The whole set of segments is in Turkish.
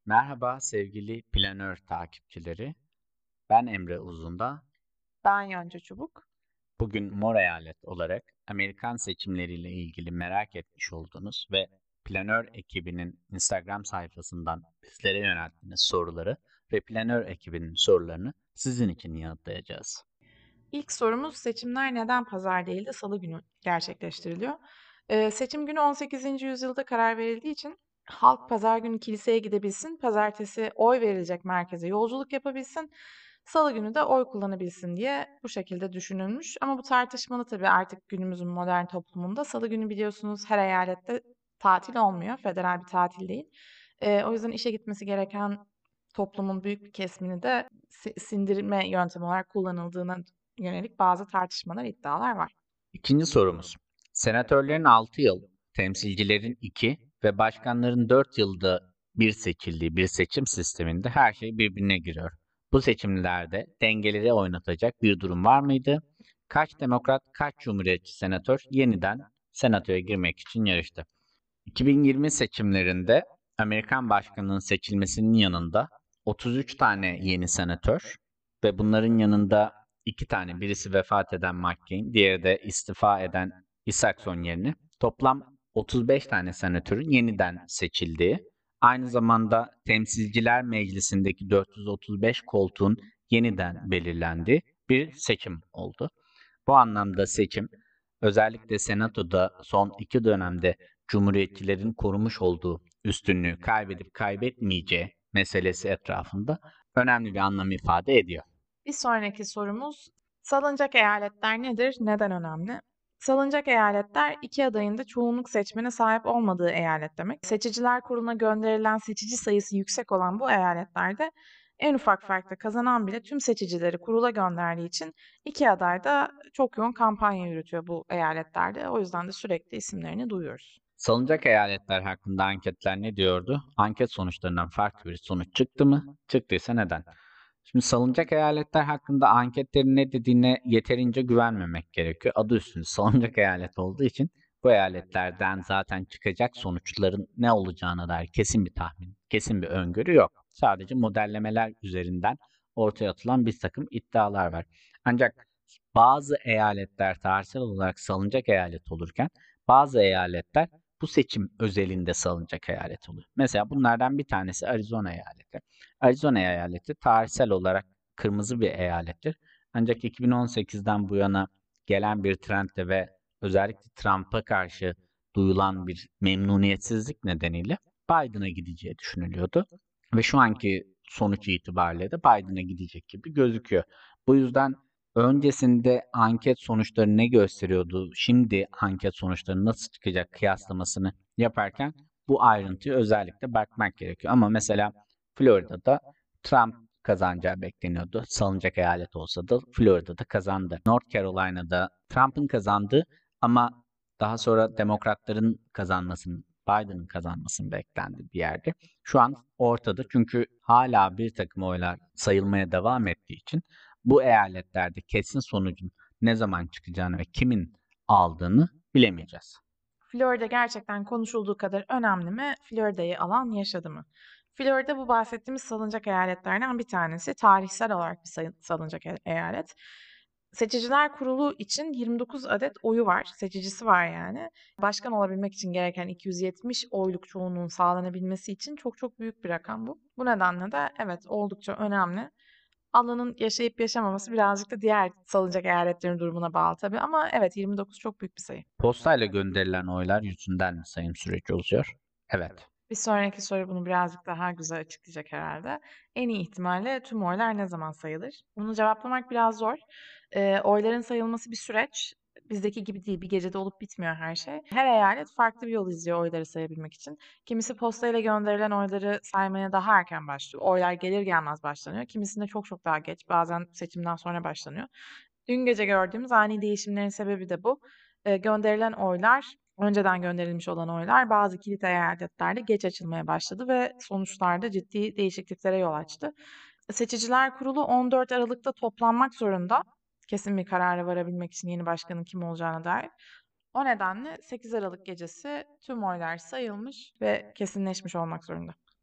Merhaba sevgili planör takipçileri. Ben Emre Uzunda. Ben Yonca Çubuk. Bugün Mor Eyalet olarak Amerikan seçimleriyle ilgili merak etmiş olduğunuz ve planör ekibinin Instagram sayfasından bizlere yönelttiğiniz soruları ve planör ekibinin sorularını sizin için yanıtlayacağız. İlk sorumuz seçimler neden pazar değil de salı günü gerçekleştiriliyor? Seçim günü 18. yüzyılda karar verildiği için halk pazar günü kiliseye gidebilsin, pazartesi oy verilecek merkeze yolculuk yapabilsin, salı günü de oy kullanabilsin diye bu şekilde düşünülmüş. Ama bu tartışmalı tabii artık günümüzün modern toplumunda. Salı günü biliyorsunuz her eyalette tatil olmuyor, federal bir tatil değil. O yüzden işe gitmesi gereken toplumun büyük bir kesimini de sindirme yöntemi olarak kullanıldığına yönelik bazı tartışmalar, iddialar var. İkinci sorumuz. Senatörlerin 6 yıl, temsilcilerin 2 ve başkanların 4 yılda bir seçildiği bir seçim sisteminde her şey birbirine giriyor. Bu seçimlerde dengeleri oynatacak bir durum var mıydı? Kaç demokrat, kaç cumhuriyetçi senatör yeniden senatoya girmek için yarıştı? 2020 seçimlerinde Amerikan başkanının seçilmesinin yanında 33 tane yeni senatör ve bunların yanında 2 tane, birisi vefat eden McCain, diğeri de istifa eden Isaacson yerine toplam 35 tane senatörün yeniden seçildiği, aynı zamanda Temsilciler Meclisi'ndeki 435 koltuğun yeniden belirlendiği bir seçim oldu. Bu anlamda seçim özellikle Senato'da son 2 dönemde Cumhuriyetçilerin korumuş olduğu üstünlüğü kaybedip kaybetmeyeceği meselesi etrafında önemli bir anlam ifade ediyor. Bir sonraki sorumuz, salınacak eyaletler nedir, neden önemli? Salınacak eyaletler iki adayın da çoğunluk seçmene sahip olmadığı eyalet demek. Seçiciler kuruluna gönderilen seçici sayısı yüksek olan bu eyaletlerde en ufak farkla kazanan bile tüm seçicileri kurula gönderdiği için iki aday da çok yoğun kampanya yürütüyor bu eyaletlerde. O yüzden de sürekli isimlerini duyuyoruz. Salınacak eyaletler hakkında anketler ne diyordu? Anket sonuçlarından farklı bir sonuç çıktı mı? Çıktıysa neden? Şimdi salınacak eyaletler hakkında anketlerin ne dediğine yeterince güvenmemek gerekiyor. Adı üstünde salınacak eyalet olduğu için bu eyaletlerden zaten çıkacak sonuçların ne olacağına dair kesin bir tahmin, kesin bir öngörü yok. Sadece modellemeler üzerinden ortaya atılan bir takım iddialar var. Ancak bazı eyaletler tarihsel olarak salınacak eyalet olurken bazı eyaletler bu seçim özelinde salınacak eyalet oluyor. Mesela bunlardan bir tanesi Arizona eyaleti. Arizona eyaleti tarihsel olarak kırmızı bir eyalettir. Ancak 2018'den bu yana gelen bir trendle ve özellikle Trump'a karşı duyulan bir memnuniyetsizlik nedeniyle Biden'a gideceği düşünülüyordu. Ve şu anki sonuç itibariyle de Biden'a gidecek gibi gözüküyor. Bu yüzden öncesinde anket sonuçları ne gösteriyordu, şimdi anket sonuçları nasıl çıkacak kıyaslamasını yaparken bu ayrıntıya özellikle bakmak gerekiyor. Ama mesela Florida'da Trump kazanacağı bekleniyordu. Salınacak eyalet olsa da Florida'da kazandı. North Carolina'da Trump'ın kazandığı ama daha sonra Demokratların kazanmasının, Biden'ın kazanmasının beklendiği bir yerde. Şu an ortada çünkü hala bir takım oylar sayılmaya devam ettiği için bu eyaletlerde kesin sonucun ne zaman çıkacağını ve kimin aldığını bilemeyeceğiz. Florida gerçekten konuşulduğu kadar önemli mi? Florida'yı alan yaşadı mı? Florida bu bahsettiğimiz salınacak eyaletlerden bir tanesi. Tarihsel olarak bir salınacak eyalet. Seçiciler Kurulu için 29 adet oyu var. Seçicisi var yani. Başkan olabilmek için gereken 270 oyluk çoğunluğun sağlanabilmesi için çok çok büyük bir rakam bu. Bu nedenle de evet oldukça önemli. Alanın yaşayıp yaşamaması birazcık da diğer salınacak eyaletlerin durumuna bağlı tabii ama evet 29 çok büyük bir sayı. Postayla gönderilen oylar yüzünden mi sayım süreci uzuyor? Evet. Bir sonraki soru bunu birazcık daha güzel açıklayacak herhalde. En iyi ihtimalle tüm oylar ne zaman sayılır? Bunu cevaplamak biraz zor. Oyların sayılması bir süreç. Bizdeki gibi değil, bir gecede olup bitmiyor her şey. Her eyalet farklı bir yol izliyor oyları sayabilmek için. Kimisi postayla gönderilen oyları saymaya daha erken başlıyor. Oylar gelir gelmez başlanıyor. Kimisinde çok çok daha geç, bazen seçimden sonra başlanıyor. Dün gece gördüğümüz ani değişimlerin sebebi de bu. Gönderilen oylar, önceden gönderilmiş olan oylar bazı kilit eyaletlerde geç açılmaya başladı ve sonuçlarda ciddi değişikliklere yol açtı. Seçiciler Kurulu 14 Aralık'ta toplanmak zorunda. Kesin bir karara varabilmek için yeni başkanın kim olacağına dair. O nedenle 8 Aralık gecesi tüm oylar sayılmış ve kesinleşmiş olmak zorunda.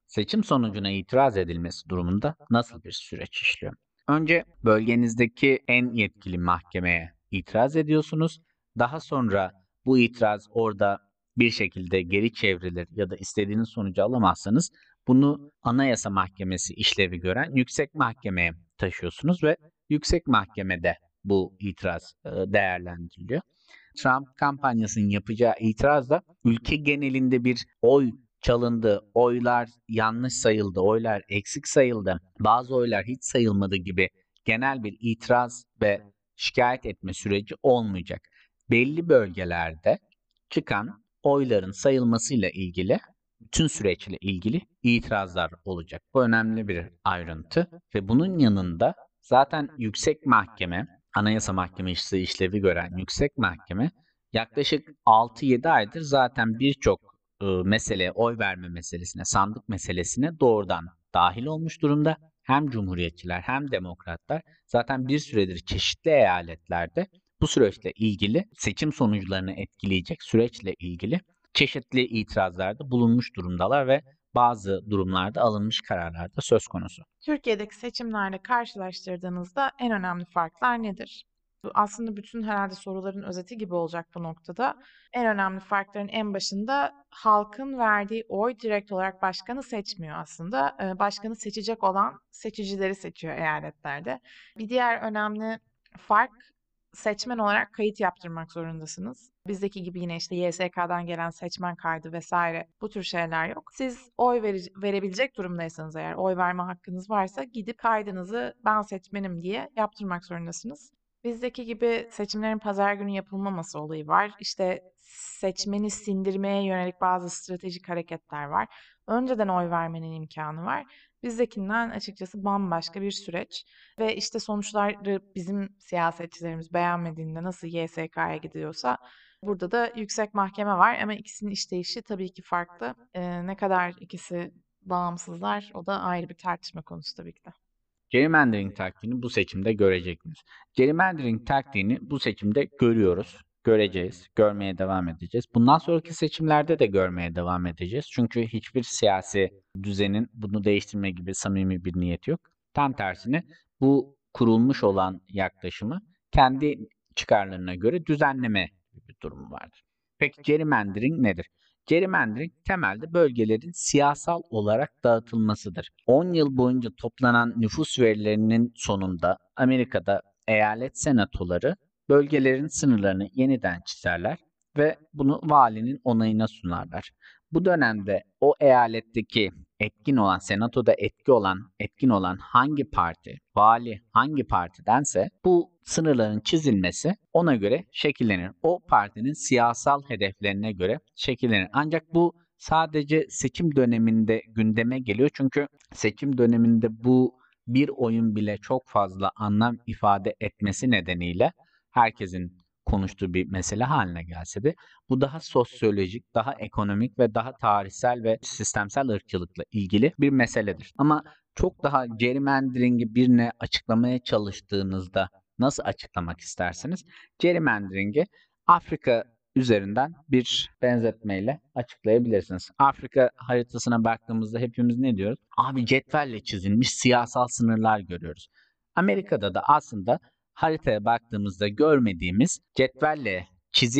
Seçim sonucuna itiraz edilmesi durumunda nasıl bir süreç işliyor? Önce bölgenizdeki en yetkili mahkemeye itiraz ediyorsunuz. Daha sonra bu itiraz orada bir şekilde geri çevrilir ya da istediğiniz sonucu alamazsanız bunu Anayasa Mahkemesi işlevi gören yüksek mahkemeye taşıyorsunuz ve yüksek mahkemede bu itiraz değerlendiriliyor. Trump kampanyasının yapacağı itiraz da ülke genelinde bir oy çalındı, oylar yanlış sayıldı, oylar eksik sayıldı, bazı oylar hiç sayılmadı gibi genel bir itiraz ve şikayet etme süreci olmayacak. Belli bölgelerde çıkan oyların sayılmasıyla ilgili, bütün süreçle ilgili itirazlar olacak. Bu önemli bir ayrıntı ve bunun yanında zaten yüksek mahkeme, Anayasa Mahkemesi işlevi gören yüksek mahkeme yaklaşık 6-7 aydır zaten birçok meseleye, oy verme meselesine, sandık meselesine doğrudan dahil olmuş durumda. Hem Cumhuriyetçiler hem Demokratlar zaten bir süredir çeşitli eyaletlerde bu süreçle ilgili seçim sonuçlarını etkileyecek süreçle ilgili çeşitli itirazlarda bulunmuş durumdalar ve bazı durumlarda alınmış kararlar da söz konusu. Türkiye'deki seçimlerle karşılaştırdığınızda en önemli farklar nedir? Bu aslında bütün herhalde soruların özeti gibi olacak bu noktada. En önemli farkların en başında halkın verdiği oy direkt olarak başkanı seçmiyor aslında. Başkanı seçecek olan seçicileri seçiyor eyaletlerde. Bir diğer önemli fark seçmen olarak kayıt yaptırmak zorundasınız. Bizdeki gibi yine işte YSK'dan gelen seçmen kaydı vesaire bu tür şeyler yok. Siz verebilecek durumdaysanız eğer oy verme hakkınız varsa gidip kaydınızı ben seçmenim diye yaptırmak zorundasınız. Bizdeki gibi seçimlerin pazar günü yapılmaması olayı var. İşte seçmeni sindirmeye yönelik bazı stratejik hareketler var. Önceden oy vermenin imkanı var. Bizdekinden açıkçası bambaşka bir süreç. Ve işte sonuçları bizim siyasetçilerimiz beğenmediğinde nasıl YSK'ya gidiyorsa burada da yüksek mahkeme var ama ikisinin işleyişi tabii ki farklı. Ne kadar ikisi bağımsızlar o da ayrı bir tartışma konusu tabii ki de. Gerrymandering taktiğini bu seçimde görecek miyiz? Gerrymandering taktiğini bu seçimde görüyoruz, göreceğiz, görmeye devam edeceğiz. Bundan sonraki seçimlerde de görmeye devam edeceğiz. Çünkü hiçbir siyasi düzenin bunu değiştirme gibi samimi bir niyeti yok. Tam tersine bu kurulmuş olan yaklaşımı kendi çıkarlarına göre düzenleme gibi bir durumu vardır. Peki gerrymandering nedir? Gerrymandering temelde bölgelerin siyasal olarak dağıtılmasıdır. 10 yıl boyunca toplanan nüfus verilerinin sonunda Amerika'da eyalet senatoları bölgelerin sınırlarını yeniden çizerler ve bunu valinin onayına sunarlar. Bu dönemde o eyaletteki senatoda etkin olan hangi parti, vali hangi partidense bu sınırların çizilmesi ona göre şekillenir. O partinin siyasal hedeflerine göre şekillenir. Ancak bu sadece seçim döneminde gündeme geliyor. Çünkü seçim döneminde bu bir oyun bile çok fazla anlam ifade etmesi nedeniyle herkesin konuştuğu bir mesele haline gelse de bu daha sosyolojik, daha ekonomik ve daha tarihsel ve sistemsel ırkçılıkla ilgili bir meseledir. Ama çok daha gerrymandering'i birine açıklamaya çalıştığınızda nasıl açıklamak istersiniz? Gerrymandering'i Afrika üzerinden bir benzetmeyle açıklayabilirsiniz. Afrika haritasına baktığımızda hepimiz ne diyoruz? Abi cetvelle çizilmiş siyasal sınırlar görüyoruz. Amerika'da da aslında haritaya baktığımızda görmediğimiz cetvelle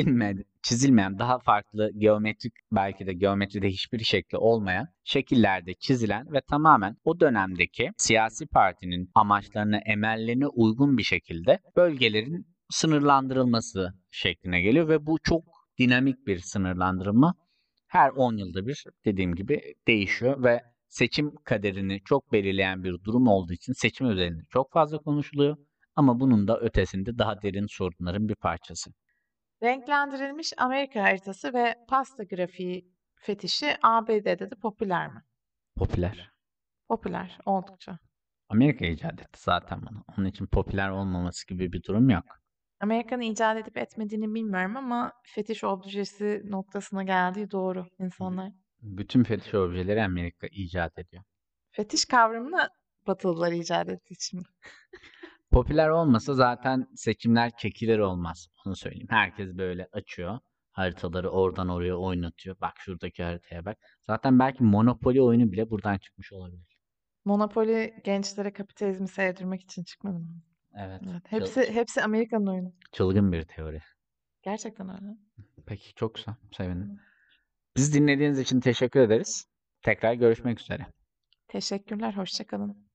çizilmeyen daha farklı geometrik belki de geometride hiçbir şekli olmayan şekillerde çizilen ve tamamen o dönemdeki siyasi partinin amaçlarına, emellerine uygun bir şekilde bölgelerin sınırlandırılması şekline geliyor ve bu çok dinamik bir sınırlandırma. Her 10 yılda bir dediğim gibi değişiyor ve seçim kaderini çok belirleyen bir durum olduğu için seçim üzerinde çok fazla konuşuluyor. Ama bunun da ötesinde daha derin sorunların bir parçası. Renklendirilmiş Amerika haritası ve pasta grafiği fetişi ABD'de de popüler mi? Popüler. Popüler, oldukça. Amerika icat etti zaten bunu. Onun için popüler olmaması gibi bir durum yok. Amerika'nın icat edip etmediğini bilmiyorum ama fetiş objesi noktasına geldiği doğru insanlar. Bütün fetiş objeleri Amerika icat ediyor. Fetiş kavramını Batılılar icat ettiği için. Popüler olmasa zaten seçimler çekilir olmaz. Onu söyleyeyim. Herkes böyle açıyor. Haritaları oradan oraya oynatıyor. Bak şuradaki haritaya bak. Zaten belki Monopoly oyunu bile buradan çıkmış olabilir. Monopoly gençlere kapitalizmi sevdirmek için çıkmadı mı? Evet. Evet. Hepsi Amerika'nın oyunu. Çılgın bir teori. Gerçekten öyle. Peki çok güzel. Sevindim. Biz dinlediğiniz için teşekkür ederiz. Tekrar görüşmek üzere. Teşekkürler. Hoşça kalın.